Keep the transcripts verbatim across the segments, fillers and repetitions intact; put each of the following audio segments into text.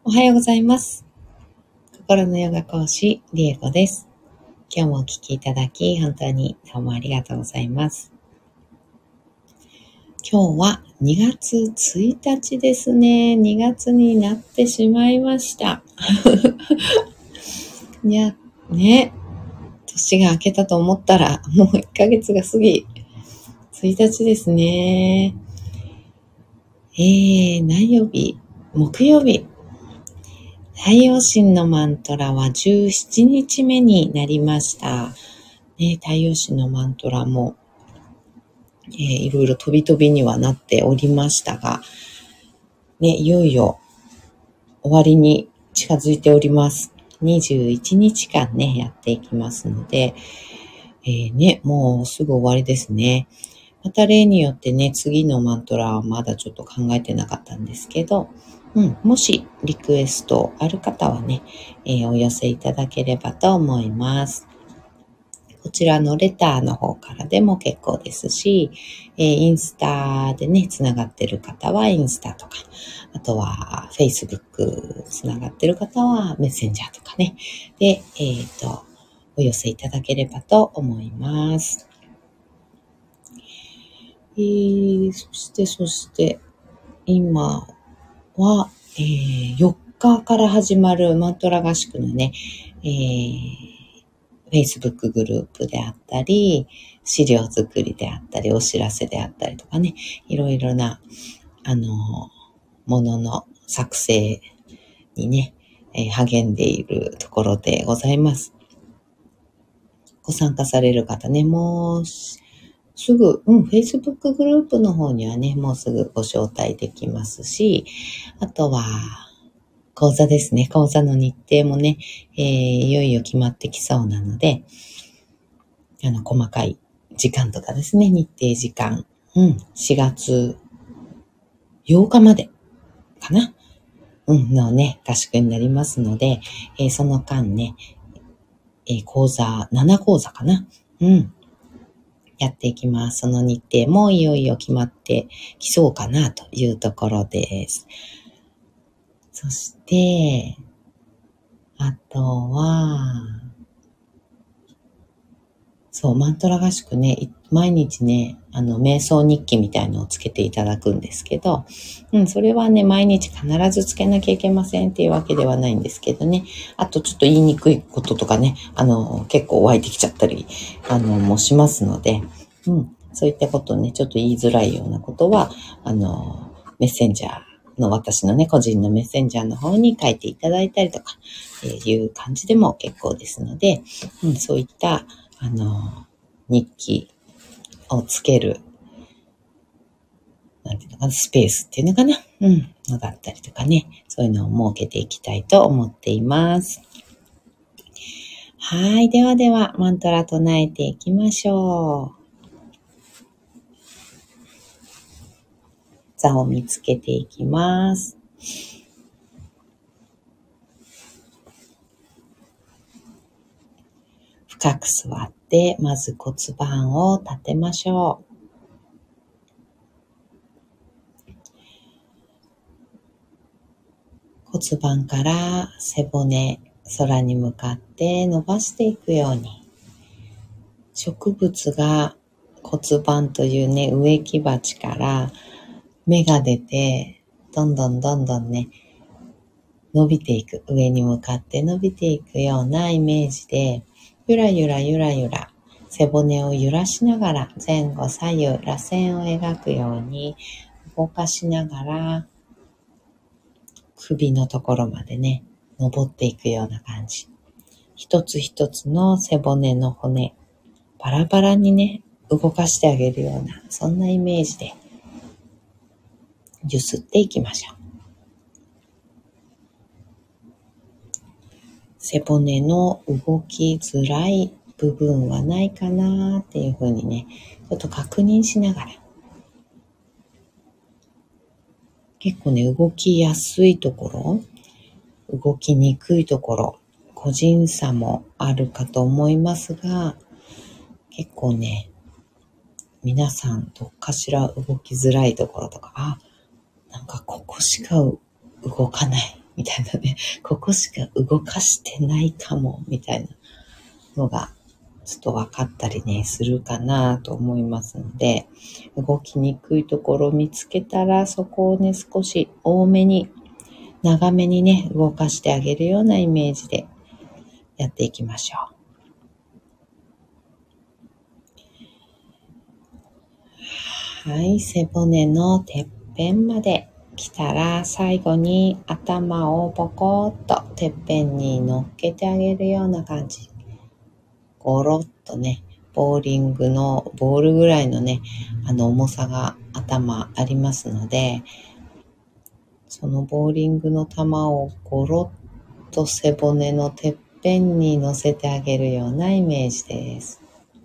おはようございます。心のヨガ講師、リエコです。今日もお聞きいただき、本当にどうもありがとうございます。今日はにがつついたちですね。にがつになってしまいました。いや、ね、年が明けたと思ったら、もういっかげつが過ぎ、ついたちですね。えー、何曜日？木曜日。太陽神のマントラはじゅうしちにちめになりました。ね、太陽神のマントラも、えー、いろいろ飛び飛びにはなっておりましたが、ね、いよいよ終わりに近づいております。にじゅういちにちかんね、やっていきますので、えー、ね、もうすぐ終わりですね。また例によってね、次のマントラはまだちょっと考えてなかったんですけど、うん、もしリクエストある方はね、えー、お寄せいただければと思います。こちらのレターの方からでも結構ですし、えー、インスタでね、つながってる方はインスタとか、あとは Facebook つながってる方はメッセンジャーとかね、で、えっと、お寄せいただければと思います。えー、そしてそして今は、えー、よっかから始まるマントラ合宿のね、えーFacebook グループであったり、資料作りであったり、お知らせであったりとかね、いろいろな、あの、ものの作成にね、えー、励んでいるところでございます。ご参加される方ね、もうすぐ、うん、Facebook グループの方にはね、もうすぐご招待できますし、あとは、講座ですね。講座の日程もね、えー、いよいよ決まってきそうなので、あの、細かい時間とかですね、日程時間、うん、しがつようかまでかな、うん、のね、合宿になりますので、えー、その間ね、えー、講座、なな講座かな、うん、やっていきます。その日程もいよいよ決まってきそうかなというところです。そして、あとは、そう、マントラ合宿ね、毎日ね、あの、瞑想日記みたいのをつけていただくんですけど、うん、それはね、毎日必ずつけなきゃいけませんっていうわけではないんですけどね。あと、ちょっと言いにくいこととかね、あの、結構湧いてきちゃったり、あの、もしますので、うん、そういったことね、ちょっと言いづらいようなことは、あの、メッセンジャー、の私のね、個人のメッセンジャーの方に書いていただいたりとか、えー、いう感じでも結構ですので、うん、そういったあの、日記をつける、なんていうのかな、スペースっていうのかな、うん、のがあったりとかね、そういうのを設けていきたいと思っています。はい、ではでは、マントラ唱えていきましょう。座を見つけていきます。深く座って、まず骨盤を立てましょう。骨盤から背骨、空に向かって伸ばしていくように、植物が骨盤というね、植木鉢から芽が出て、どんどんどんどんね、伸びていく、上に向かって伸びていくようなイメージで、ゆらゆらゆらゆら、背骨を揺らしながら、前後左右、螺旋を描くように動かしながら、首のところまでね、登っていくような感じ。一つ一つの背骨の骨、バラバラにね、動かしてあげるような、そんなイメージで、揺すっていきましょう。背骨の動きづらい部分はないかなっていう風にね、ちょっと確認しながら。結構ね、動きやすいところ、動きにくいところ、個人差もあるかと思いますが、結構ね、皆さんどっかしら動きづらいところとか、あ、なんかここしか動かないみたいなね、ここしか動かしてないかも、みたいなのが、ちょっと分かったりね、するかなと思いますので、動きにくいところを見つけたら、そこをね、少し多めに、長めにね、動かしてあげるようなイメージでやっていきましょう。はい、背骨のてっぺんまで来たら、最後に頭をポコッとてっぺんに乗っけてあげるような感じ。ゴロッとね、ボーリングのボールぐらいのね、あの重さが頭ありますので、そのボーリングの球をゴロッと背骨のてっぺんに乗せてあげるようなイメージです。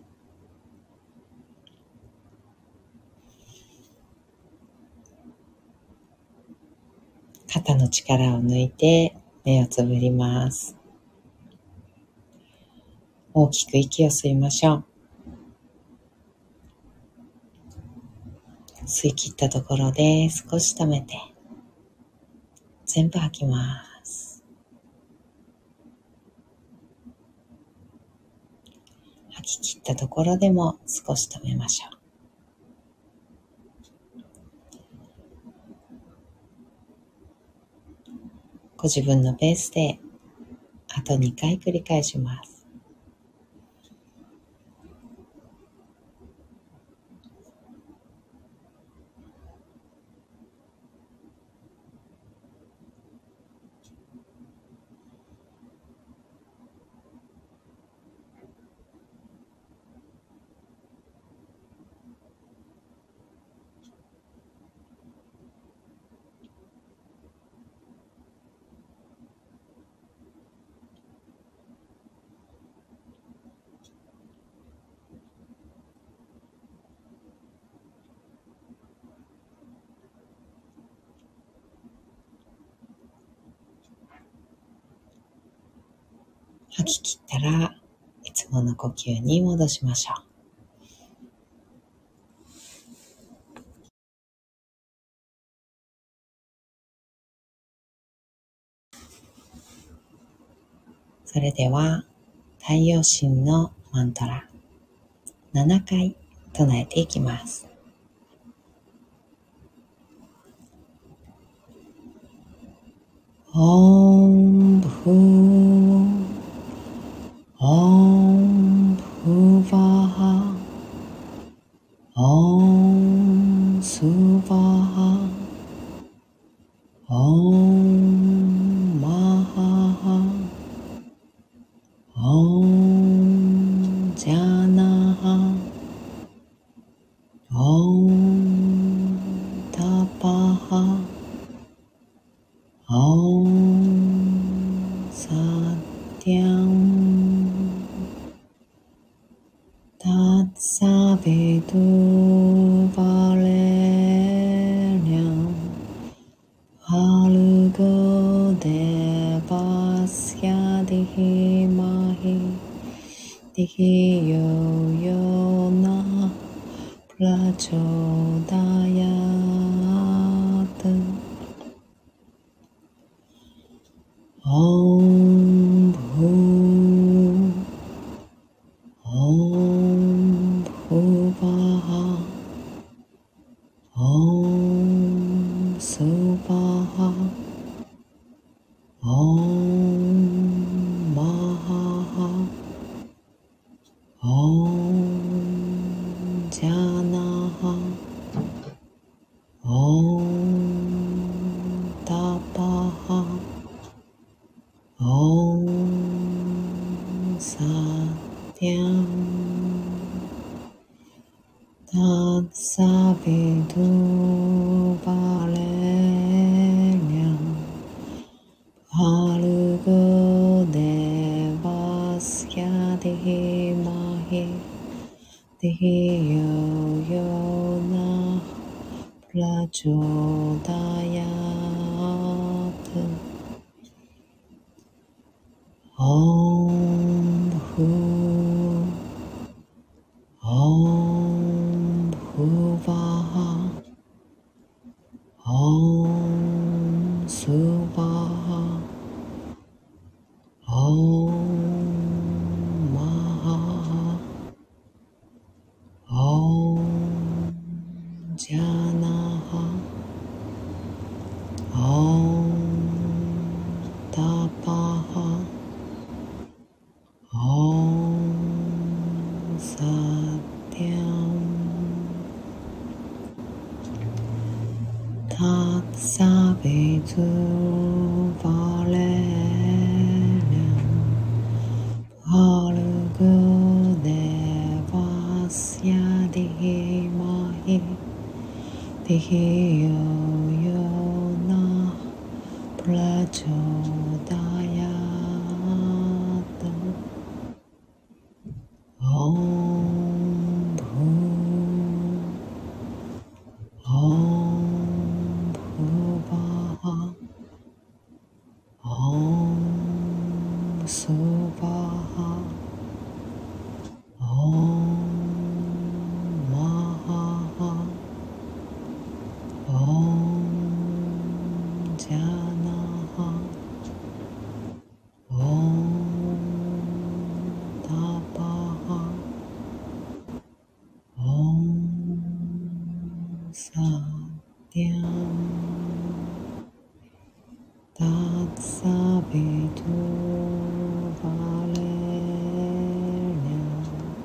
肩の力を抜いて目をつぶります。大きく息を吸いましょう。吸い切ったところで少し止めて全部吐きます。吐き切ったところでも少し止めましょう。ご自分のペースであとにかい繰り返します。吐き切ったらいつもの呼吸に戻しましょう。それでは太陽神のマントラななかい唱えていきます。オンブフーオンブフバハオンスバハオンマハハオンジャナハオンタパハオンサティャンタッサビドゥバレリャンハルゴデバスヤディヒマヒディヒヨヨナプラチョダヤタオンブーオンブバハオンスバハオンマハハオンジャナハオンタパハオンサティャンタッサビドゥバレリャンハルゴデバスヤディヒマヒディヒヨヨナプラチョダヤタオンブフオンブバハオンスバハ Om Tapaha Om Satyam Tat Savitu Varenyam Bhargo Devasya Dhimahi Dhiyo Yona Prachodayat Om Bhu Om Bhuvaha Om Suvaha Om Mahaha Om Janaha Om Tapaha Om Satyam Tat Savitu Varenyam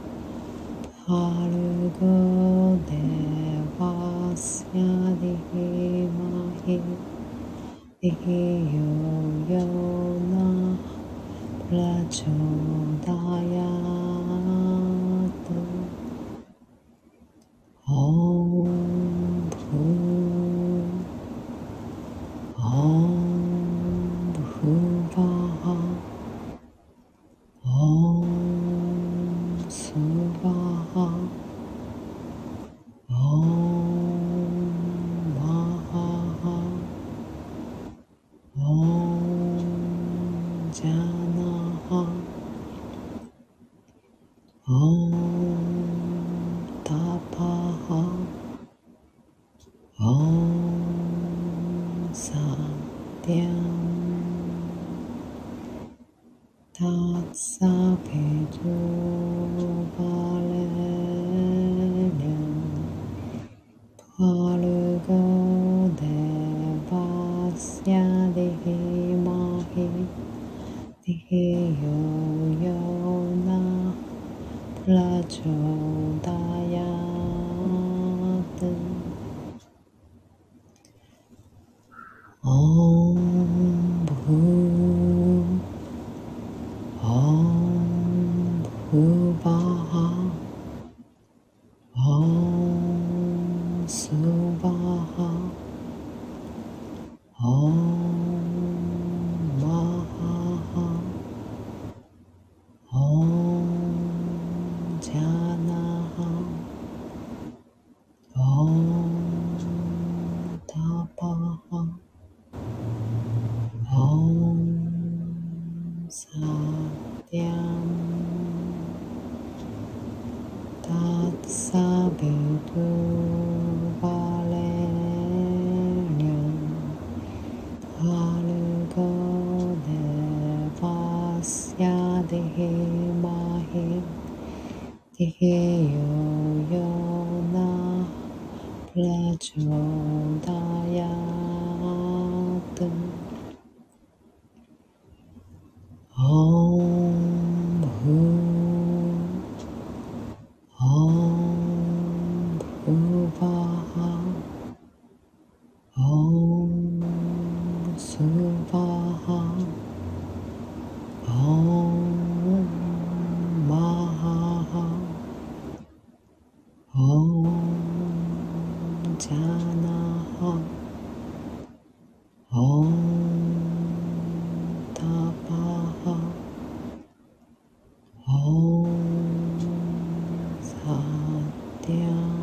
Bhargo Devasya Dhimahi Dhiyo Yona Prachodayat Om Bhu Om Bhuvaha Om Suvaha Om Mahaha Om Janaha Om Tapaha Om Satyam Tat Savitu Varenyam Bhargo Devasya Dhimahi Dhiyo Yona Prachodayat Om Bhu Om Bhuvaha Om Suvaha Om Mahaha Om Janaha Om Tapaha Om Satyam Tat Savitu Varenyam Bhargo Devasya Dhimahi Dhiyo Yona Prachodayat Om Bhu Om Bhuvaha Om Suvaha Om Mahaha Om Janaha Om Tapaha Om Satyam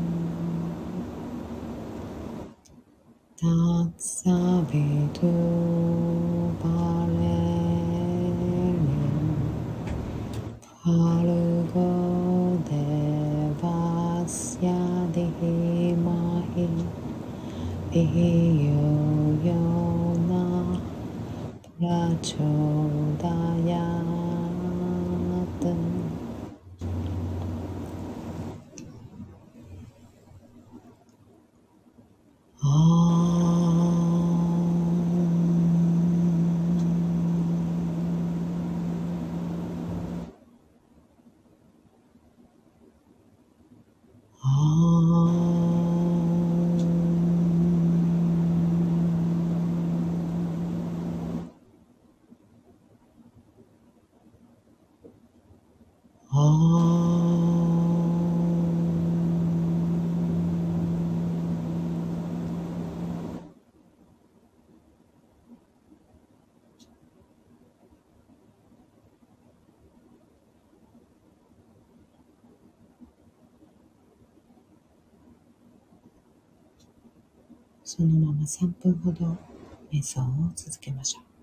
Tat Savitu Varenyam Bhargo Devasya Dhimahi Dhiyo Yona Prachodayat Om そのままさんぷんほど瞑想を続けましょう。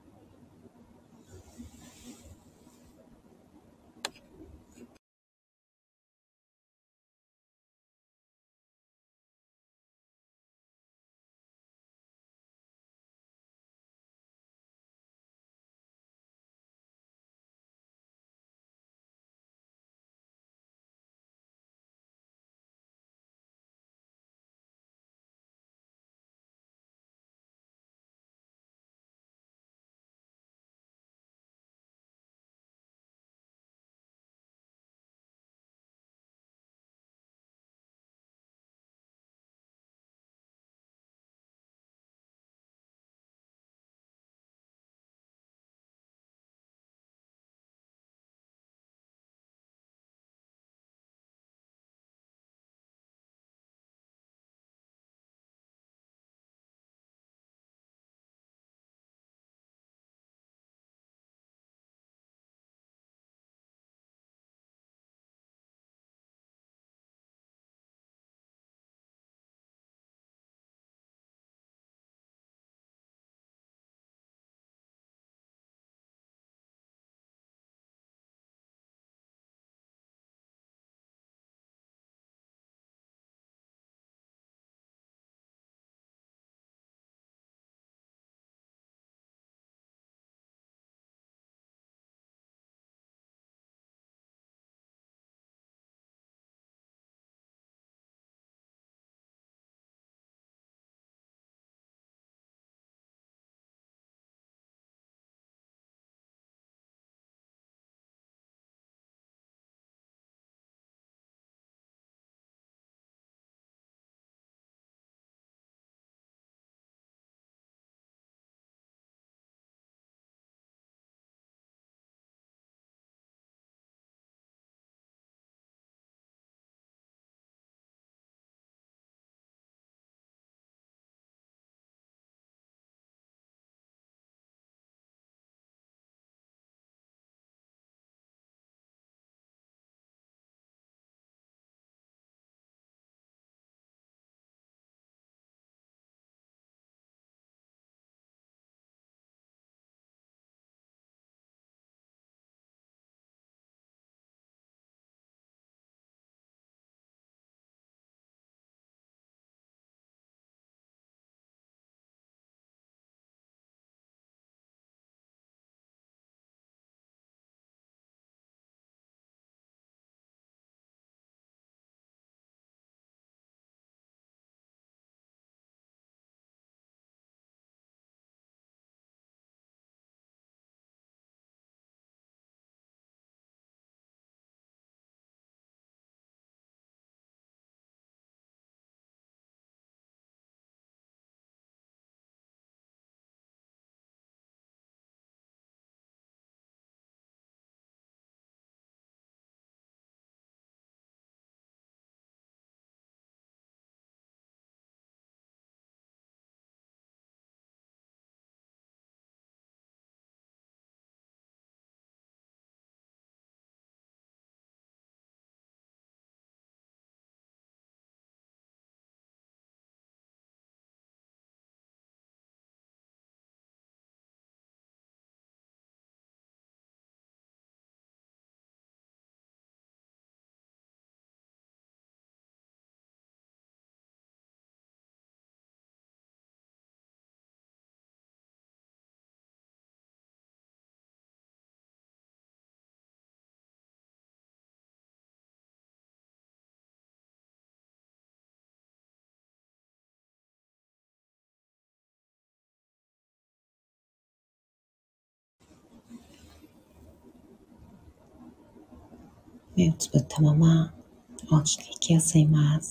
目をつぶったまま大きく息を吸います。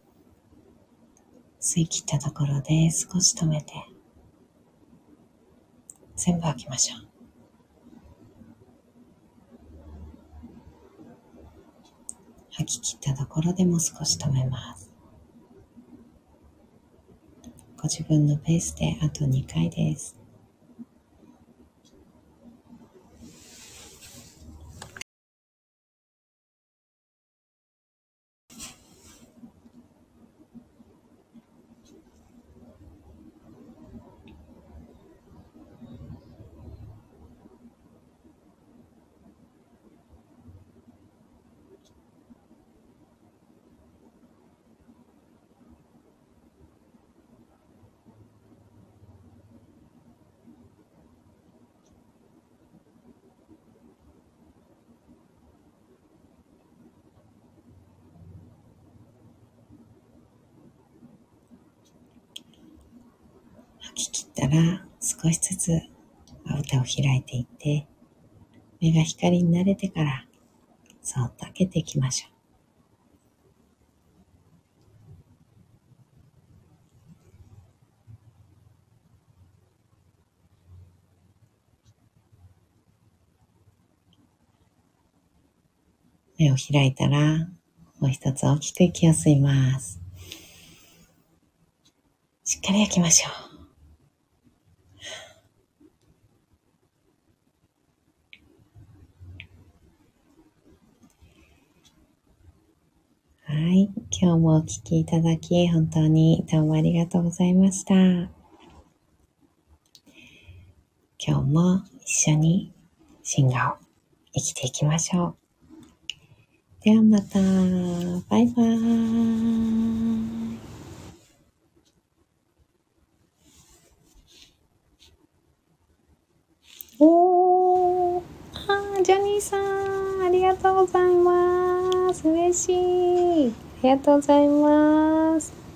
吸い切ったところで少し止めて全部吐きましょう。吐き切ったところでも少し止めます。ご自分のペースであとにかいです。 き切ったら少しずつまぶたを開いていって、目が光に慣れてからそっと開けていきましょう。目を開いたらもう一つ大きく息を吸います。しっかり開きましょう。はい。今日もお聞きいただき本当にどうもありがとうございました。今日も一緒に真我を生きていきましょう。ではまた。バイバーイ。おー、あー、ジャニーさん、ありがとうございます。嬉しい。ありがとうございます。